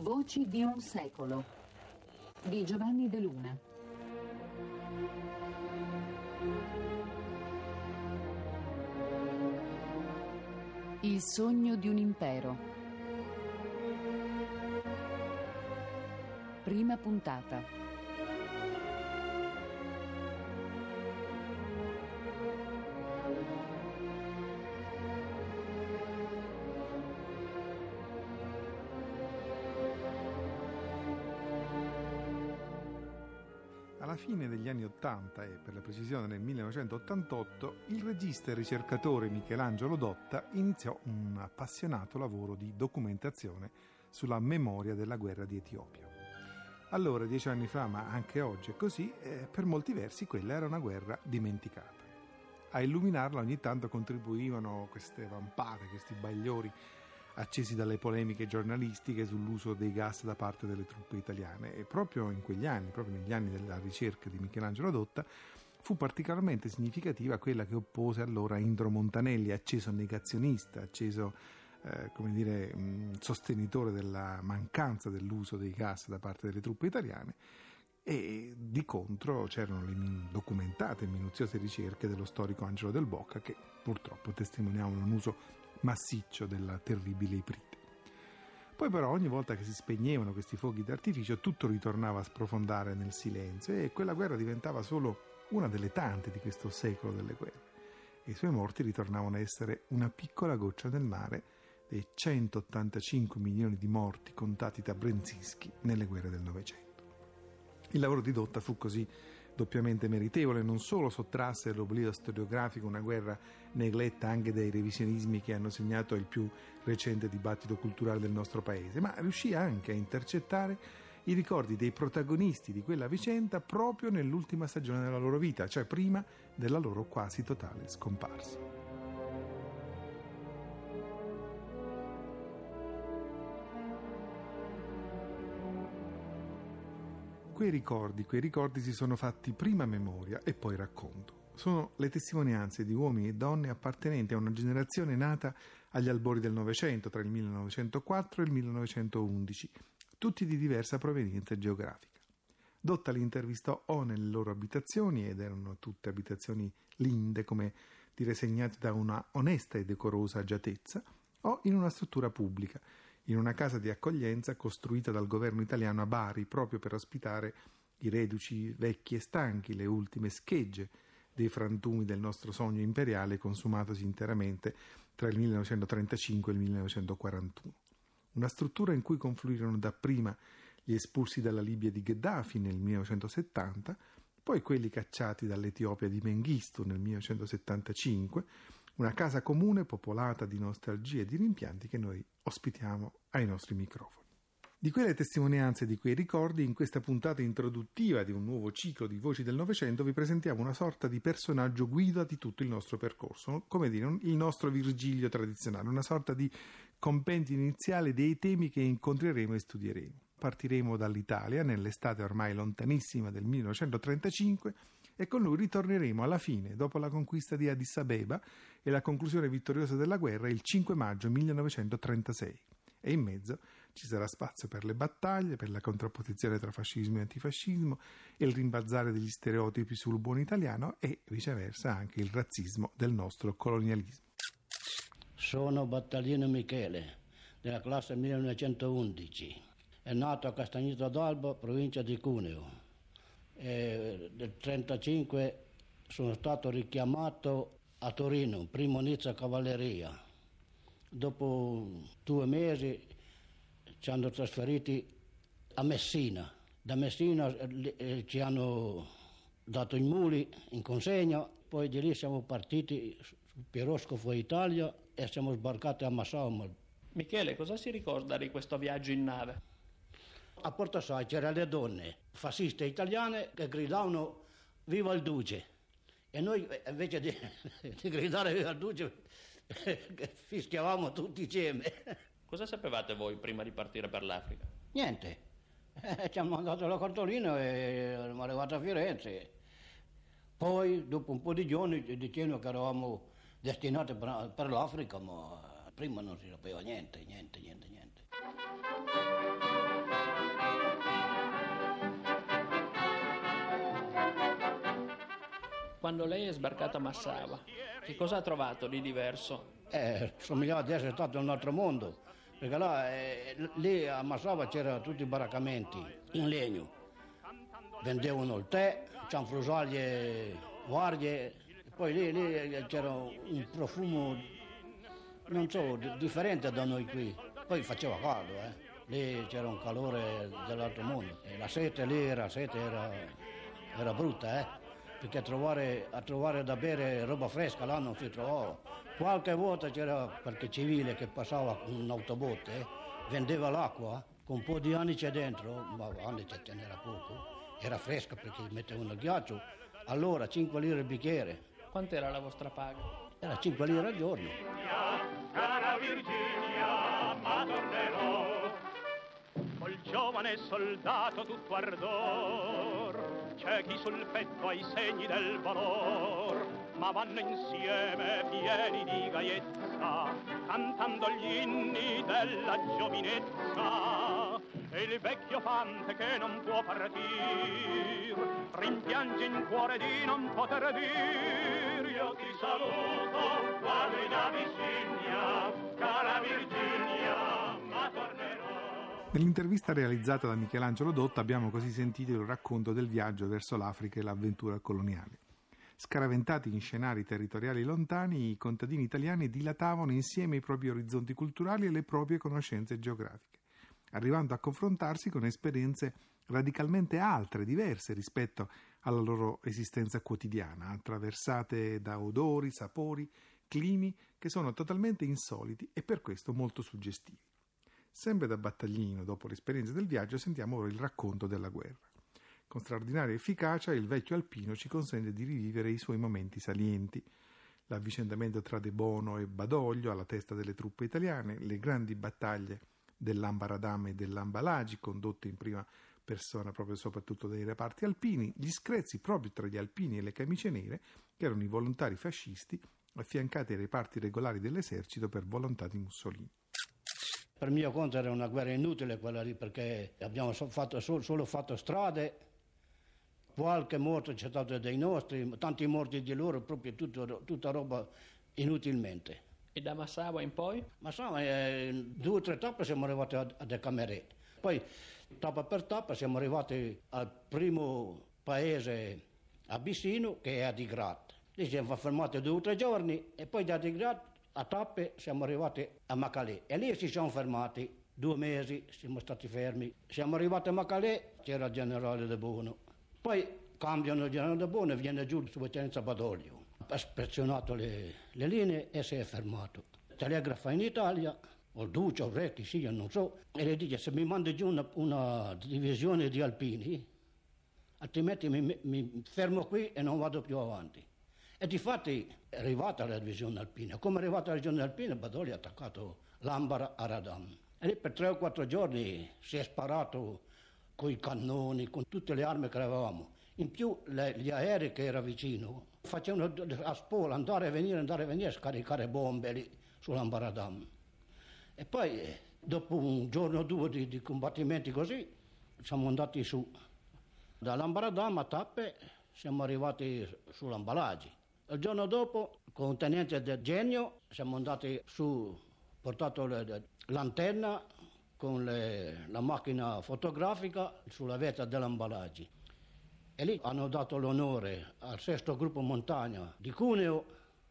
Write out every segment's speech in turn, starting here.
Voci di un secolo di Giovanni De Luna. Il sogno di un impero. Prima puntata. Alla fine degli anni '80 e per la precisione nel 1988, il regista e ricercatore Michelangelo Dotta iniziò un appassionato lavoro di documentazione sulla memoria della guerra di Etiopia. Allora, 10 anni fa, ma anche oggi è così, per molti versi quella era una guerra dimenticata. A illuminarla ogni tanto contribuivano queste vampate, questi bagliori accesi dalle polemiche giornalistiche sull'uso dei gas da parte delle truppe italiane, e proprio in quegli anni, proprio negli anni della ricerca di Michelangelo Dotta, fu particolarmente significativa quella che oppose allora Indro Montanelli, acceso negazionista, acceso sostenitore della mancanza dell'uso dei gas da parte delle truppe italiane, e di contro c'erano le documentate e minuziose ricerche dello storico Angelo Del Bocca, che purtroppo testimoniavano un uso massiccio della terribile iprite. Poi però ogni volta che si spegnevano questi fuochi d'artificio tutto ritornava a sprofondare nel silenzio, e quella guerra diventava solo una delle tante di questo secolo delle guerre, e i suoi morti ritornavano a essere una piccola goccia nel mare dei 185 milioni di morti contati da Brzezinski nelle guerre del Novecento. Il lavoro di Dotta fu così doppiamente meritevole. Non solo sottrasse all'oblio storiografico una guerra negletta anche dai revisionismi che hanno segnato il più recente dibattito culturale del nostro paese, ma riuscì anche a intercettare i ricordi dei protagonisti di quella vicenda proprio nell'ultima stagione della loro vita, cioè prima della loro quasi totale scomparsa. Quei ricordi si sono fatti prima memoria e poi racconto. Sono le testimonianze di uomini e donne appartenenti a una generazione nata agli albori del Novecento, tra il 1904 e il 1911, tutti di diversa provenienza geografica. Dotta li intervistò o nelle loro abitazioni, ed erano tutte abitazioni linde, come dire segnate da una onesta e decorosa agiatezza, o in una struttura pubblica, in una casa di accoglienza costruita dal governo italiano a Bari proprio per ospitare i reduci vecchi e stanchi, le ultime schegge dei frantumi del nostro sogno imperiale consumatosi interamente tra il 1935 e il 1941. Una struttura in cui confluirono dapprima gli espulsi dalla Libia di Gheddafi nel 1970, poi quelli cacciati dall'Etiopia di Mengistu nel 1975, una casa comune popolata di nostalgie e di rimpianti che noi ospitiamo ai nostri microfoni. Di quelle testimonianze e di quei ricordi, in questa puntata introduttiva di un nuovo ciclo di Voci del Novecento, vi presentiamo una sorta di personaggio guida di tutto il nostro percorso, come dire, il nostro Virgilio tradizionale, una sorta di compendio iniziale dei temi che incontreremo e studieremo. Partiremo dall'Italia nell'estate ormai lontanissima del 1935, e con lui ritorneremo alla fine, dopo la conquista di Addis Abeba e la conclusione vittoriosa della guerra il 5 maggio 1936. E in mezzo ci sarà spazio per le battaglie, per la contrapposizione tra fascismo e antifascismo, e il rimbalzare degli stereotipi sul buon italiano, e viceversa anche il razzismo del nostro colonialismo. Sono Battaglino Michele, della classe 1911. È nato a Castagneto d'Alba, provincia di Cuneo. Nel 1935 sono stato richiamato a Torino, primo Nizza Cavalleria. Dopo 2 mesi ci hanno trasferiti a Messina. Da Messina ci hanno dato i muli in consegna, poi di lì siamo partiti sul piroscafo Italia e siamo sbarcati a Massaoma. Michele, cosa si ricorda di questo viaggio in nave? A Porto Sai c'erano le donne fasciste italiane che gridavano "Viva il Duce", e noi invece di gridare "Viva il Duce" fischiavamo tutti insieme. Cosa sapevate voi prima di partire per l'Africa? Niente, ci hanno mandato la cartolina e siamo arrivati a Firenze. Poi dopo un po' di giorni dicevano che eravamo destinati per l'Africa, ma prima non si sapeva niente. Quando lei è sbarcato a Massava, che cosa ha trovato di diverso? Somigliava di essere stato in un altro mondo, perché là, lì a Massava c'erano tutti i baraccamenti in legno, vendevano il tè, cianfrusaglie, guardie, poi lì c'era un profumo, non so, differente da noi qui, poi faceva caldo, lì c'era un calore dell'altro mondo, e la sete lì era brutta, perché a trovare da bere roba fresca là non si trovava. Qualche volta c'era qualche civile che passava con un'autobotte, vendeva l'acqua con un po' di anice dentro, ma anice ce n'era poco, era fresca perché mettevano il ghiaccio, allora 5 lire il bicchiere. Quant'era la vostra paga? Era 5 lire al giorno. Cara Virginia, ma tornerò col giovane soldato tutto ardor. C'è chi sul petto ha i segni del valor, ma vanno insieme pieni di gaiezza, cantando gli inni della giovinezza. E il vecchio fante che non può partir rimpiange in cuore di non poter dir: io ti saluto, vado in Abissinia, cara Virginia, ma tornerò. Nell'intervista realizzata da Michelangelo Dotta abbiamo così sentito il racconto del viaggio verso l'Africa e l'avventura coloniale. Scaraventati in scenari territoriali lontani, i contadini italiani dilatavano insieme i propri orizzonti culturali e le proprie conoscenze geografiche, arrivando a confrontarsi con esperienze radicalmente altre, diverse rispetto alla loro esistenza quotidiana, attraversate da odori, sapori, climi che sono totalmente insoliti e per questo molto suggestivi. Sempre da Battaglino, dopo l'esperienza del viaggio, sentiamo ora il racconto della guerra. Con straordinaria efficacia il vecchio alpino ci consente di rivivere i suoi momenti salienti. L'avvicendamento tra De Bono e Badoglio alla testa delle truppe italiane, le grandi battaglie dell'Ambaradam e dell'Ambalagi, condotte in prima persona proprio soprattutto dai reparti alpini, gli screzi proprio tra gli alpini e le camicie nere, che erano i volontari fascisti affiancati ai reparti regolari dell'esercito per volontà di Mussolini. Per mio conto era una guerra inutile quella lì, perché abbiamo solo fatto strade, qualche morto c'è stato dei nostri, tanti morti di loro, proprio tutta roba inutilmente. E da Massava in poi? Massava, 2 o 3 tappe siamo arrivati a De Camerè, poi tappa per tappa siamo arrivati al primo paese abissino, che è Adigrat. Lì siamo fermati 2 o 3 giorni e poi da Adigrat a tappe siamo arrivati a Macalè e lì ci siamo fermati 2 mesi, siamo stati fermi. Siamo arrivati a Macalè, c'era il generale De Bono, poi cambiano il generale De Bono e viene giù su Vicenza Badoglio, ha ispezionato le linee e si è fermato. Telegrafa in Italia, o il duce o il re, chi sia, non so, e le dice: se mi mandi giù una divisione di alpini, altrimenti mi fermo qui e non vado più avanti. E difatti è arrivata la divisione alpina. Come è arrivata la divisione alpina, Badoglio ha attaccato l'Ambara a Radam. E lì per 3 o 4 giorni si è sparato con i cannoni, con tutte le armi che avevamo. In più gli aerei che era vicino facevano a spola andare e venire, scaricare bombe lì sull'Ambaradam. E poi dopo un giorno o 2 di combattimenti così siamo andati su. Dall'Ambaradam a tappe siamo arrivati sull'Ambalagi. Il giorno dopo, con un tenente del Genio, siamo andati su, portato l'antenna con la macchina fotografica sulla vetta dell'Ambalagi. E lì hanno dato l'onore al 6° gruppo montagna di Cuneo,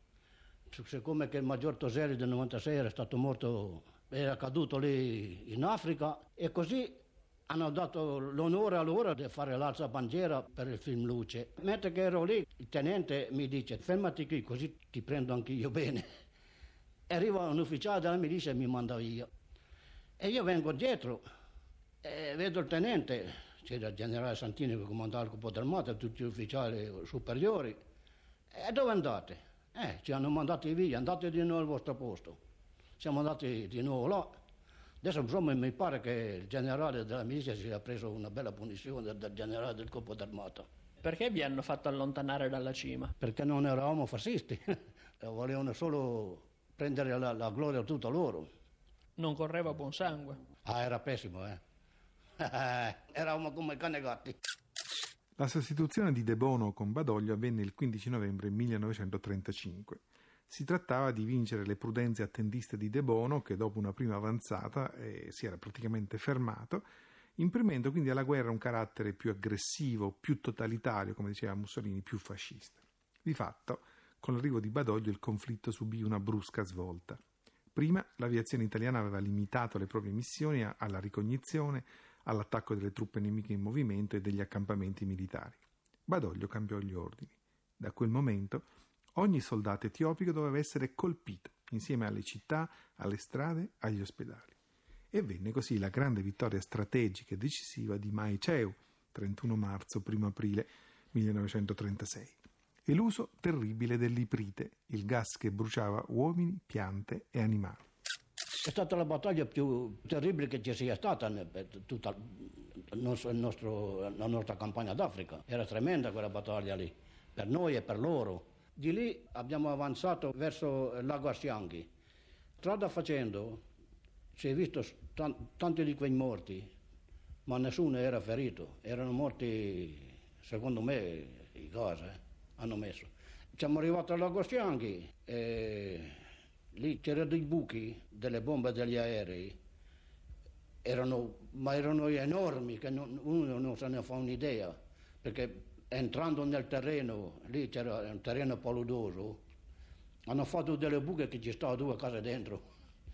siccome che il maggior Toselli del 96 era stato morto, era caduto lì in Africa, e così hanno dato l'onore a loro di fare l'alzabandiera per il film Luce. Mentre che ero lì, il tenente mi dice: fermati qui, così ti prendo anch'io bene. E arriva un ufficiale della milizia e mi manda via. E io vengo dietro e vedo il tenente, c'era il generale Santini che comandava il corpo d'armata, tutti gli ufficiali superiori. E dove andate? Ci hanno mandati via, andate di nuovo al vostro posto. Siamo andati di nuovo là. Adesso insomma mi pare che il generale della milizia si sia preso una bella punizione del generale del corpo d'armata. Perché vi hanno fatto allontanare dalla cima? Perché non eravamo fascisti, volevano solo prendere la gloria tutta loro. Non correva buon sangue? Era pessimo, Eravamo come cane e gatti. La sostituzione di De Bono con Badoglio avvenne il 15 novembre 1935. Si trattava di vincere le prudenze attendiste di De Bono, che dopo una prima avanzata si era praticamente fermato, imprimendo quindi alla guerra un carattere più aggressivo, più totalitario, come diceva Mussolini, più fascista. Di fatto, con l'arrivo di Badoglio il conflitto subì una brusca svolta. Prima l'aviazione italiana aveva limitato le proprie missioni alla ricognizione, all'attacco delle truppe nemiche in movimento e degli accampamenti militari. Badoglio cambiò gli ordini. Da quel momento ogni soldato etiopico doveva essere colpito insieme alle città, alle strade, agli ospedali. E venne così la grande vittoria strategica e decisiva di Maeceu, 31 marzo, 1 aprile 1936, e l'uso terribile dell'iprite, il gas che bruciava uomini, piante e animali. È stata la battaglia più terribile che ci sia stata per tutta la nostra campagna d'Africa. Era tremenda quella battaglia lì, per noi e per loro. Di lì abbiamo avanzato verso il lago Ascianghi. Strada facendo si è visto tanti di quei morti, ma nessuno era ferito. Erano morti, secondo me, i gas hanno messo. Siamo arrivati al lago Ascianghi e lì c'erano dei buchi delle bombe degli aerei, erano enormi, che uno non se ne fa un'idea, perché entrando nel terreno, lì c'era un terreno paludoso, hanno fatto delle buche che ci stavano 2 case dentro.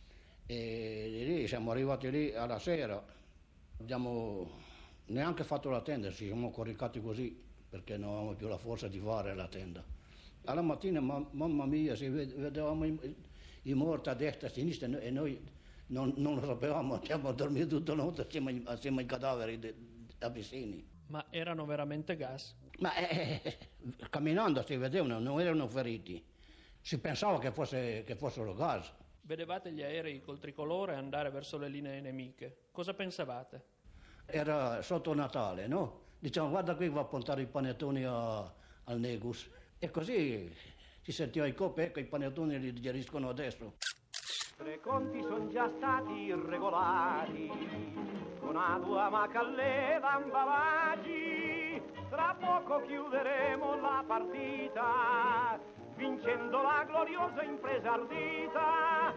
E lì siamo arrivati lì alla sera, abbiamo neanche fatto la tenda, ci siamo coricati così perché non avevamo più la forza di fare la tenda. Alla mattina, mamma mia, vedevamo i morti a destra e a sinistra e noi non lo sapevamo, abbiamo dormito tutta la notte assieme ai cadaveri abissini. Ma erano veramente gas? Ma camminando si vedevano, non erano feriti, si pensava che fossero gas. Vedevate gli aerei col tricolore andare verso le linee nemiche. Cosa pensavate? Era sotto Natale, no? Diciamo, guarda qui va a puntare i panettoni al Negus. E così si sentiva i copi, ecco, i panettoni li digeriscono adesso. 3 conti sono già stati regolati, con Adua, Macalle, Dambavaggi. Tra poco chiuderemo la partita, vincendo la gloriosa impresa ardita.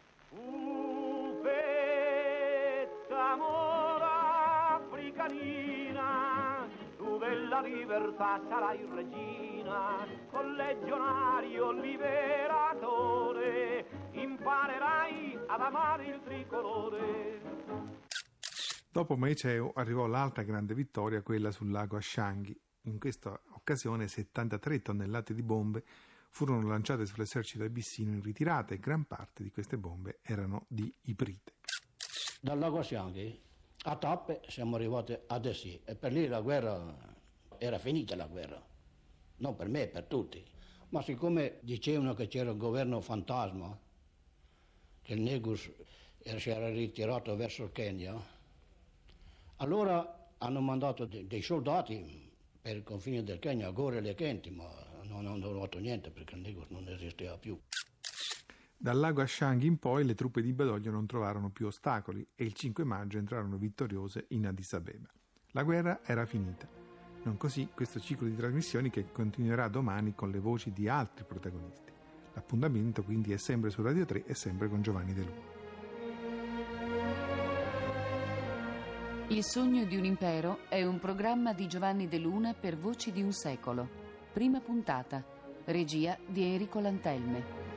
Fetta mora africanina, tu della libertà sarai regina, con legionario liberatore imparerai ad amare il tricolore. Dopo Maeceu arrivò l'altra grande vittoria, quella sul lago Ascianghi. In questa occasione 73 tonnellate di bombe furono lanciate sull'esercito abissino in ritirata e gran parte di queste bombe erano di iprite. Dal lago Ascianghi a tappe siamo arrivati ad Essi e per lì la guerra era finita, la guerra, non per me, per tutti. Ma siccome dicevano che c'era il governo fantasma, che il Negus si era ritirato verso il Kenya, allora hanno mandato dei soldati per il confine del Kenya, a Gore e le Kenti, ma non hanno fatto niente perché il Negus non esisteva più. Dal lago Ascianghi in poi le truppe di Badoglio non trovarono più ostacoli e il 5 maggio entrarono vittoriose in Addis Abeba. La guerra era finita. Non così questo ciclo di trasmissioni che continuerà domani con le voci di altri protagonisti. L'appuntamento quindi è sempre su Radio 3 e sempre con Giovanni De Luna. Il sogno di un impero è un programma di Giovanni De Luna per Voci di un secolo. Prima puntata. Regia di Enrico Lantelme.